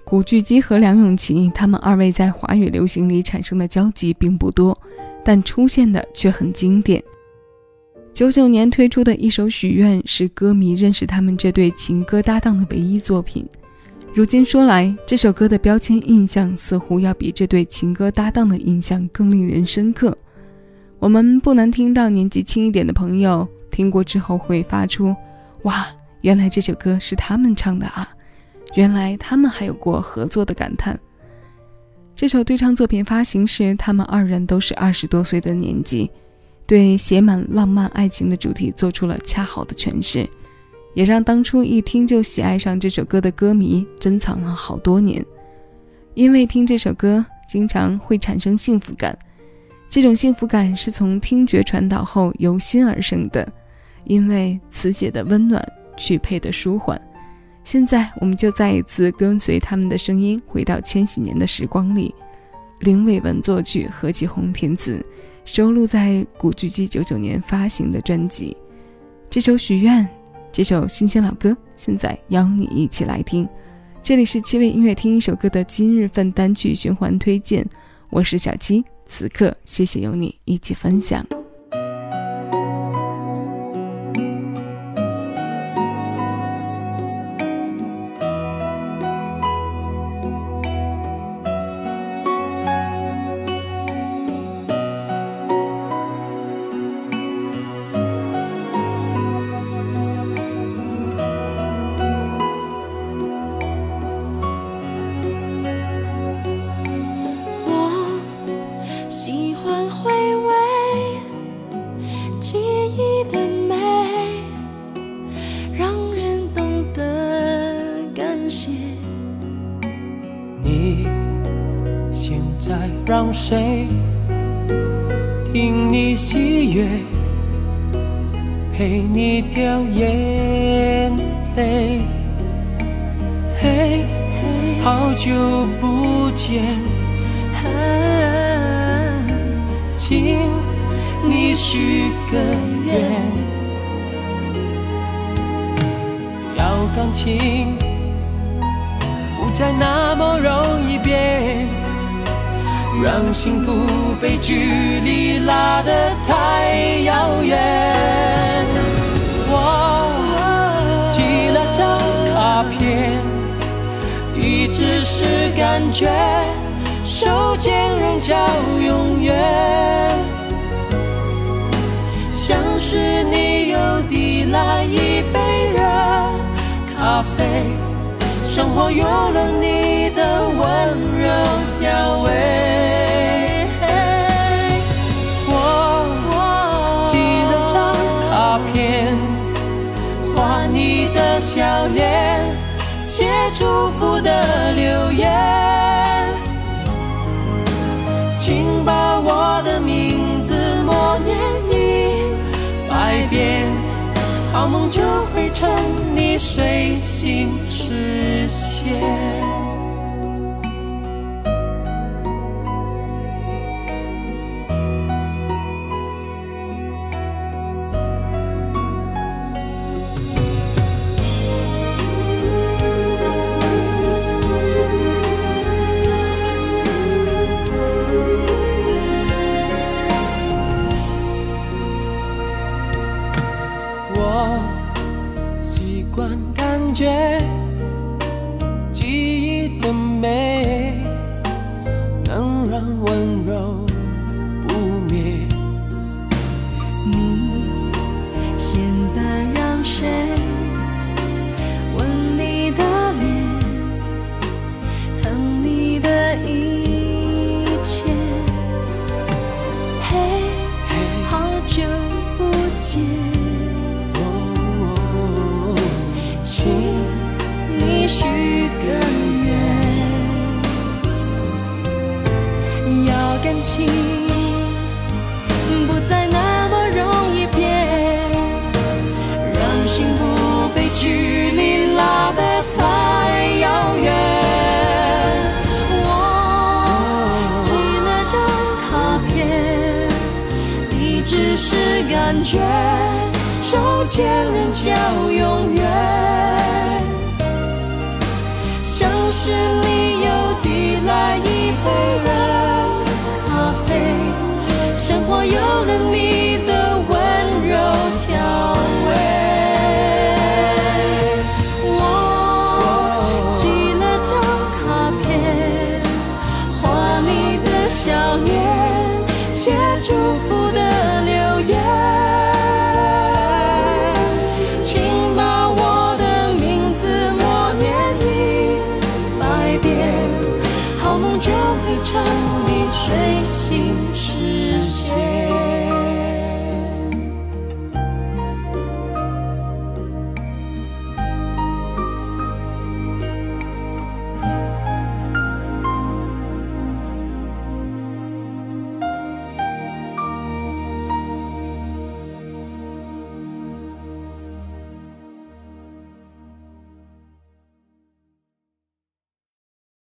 古巨基和梁咏琪，他们二位在华语流行里产生的交集并不多，但出现的却很经典。99年推出的一首《许愿》是歌迷认识他们这对情歌搭档的唯一作品。如今说来，这首歌的标签印象似乎要比这对情歌搭档的印象更令人深刻。我们不难听到年纪轻一点的朋友听过之后会发出哇，原来这首歌是他们唱的啊，原来他们还有过合作的感叹。这首对唱作品发行时，他们二人都是20多岁的年纪，对写满浪漫爱情的主题做出了恰好的诠释，也让当初一听就喜爱上这首歌的歌迷珍藏了好多年。因为听这首歌经常会产生幸福感，这种幸福感是从听觉传导后由心而生的，因为词写的温暖，曲配的舒缓。现在我们就再一次跟随他们的声音回到千禧年的时光里，林伟文作曲，何其宏填词，收录在古巨基99年发行的专辑。这首《许愿》，这首新鲜老歌，现在邀你一起来听。这里是7位音乐听一首歌的今日份单曲循环推荐，我是小七，此刻谢谢有你一起分享。 喜欢回味记忆的美，让人懂得感谢。 你现在让谁听你喜悦，陪你掉眼泪？嘿，好久不见，请你许个愿，要感情不再那么容易变，让幸福被距离拉得太遥远。我寄了张卡片，地址是感觉，手间仍叫永远，像是你又递来一杯热咖啡，生活有了你的温柔调味。我寄了张卡片，画你的笑脸，写祝福的留言，请把我的名字默念100遍，好梦就会趁你睡醒实现。我习惯感觉记忆的美，能让温柔不灭。 你现在让谁吻你的脸，疼你的一切？嘿，好久不见，请你许个愿，要感情不再那么容易变，让幸福被距离拉得太遥远。我寄了张卡片，地址是感觉，手间人叫永远，像是你来一杯热咖啡，生活有了你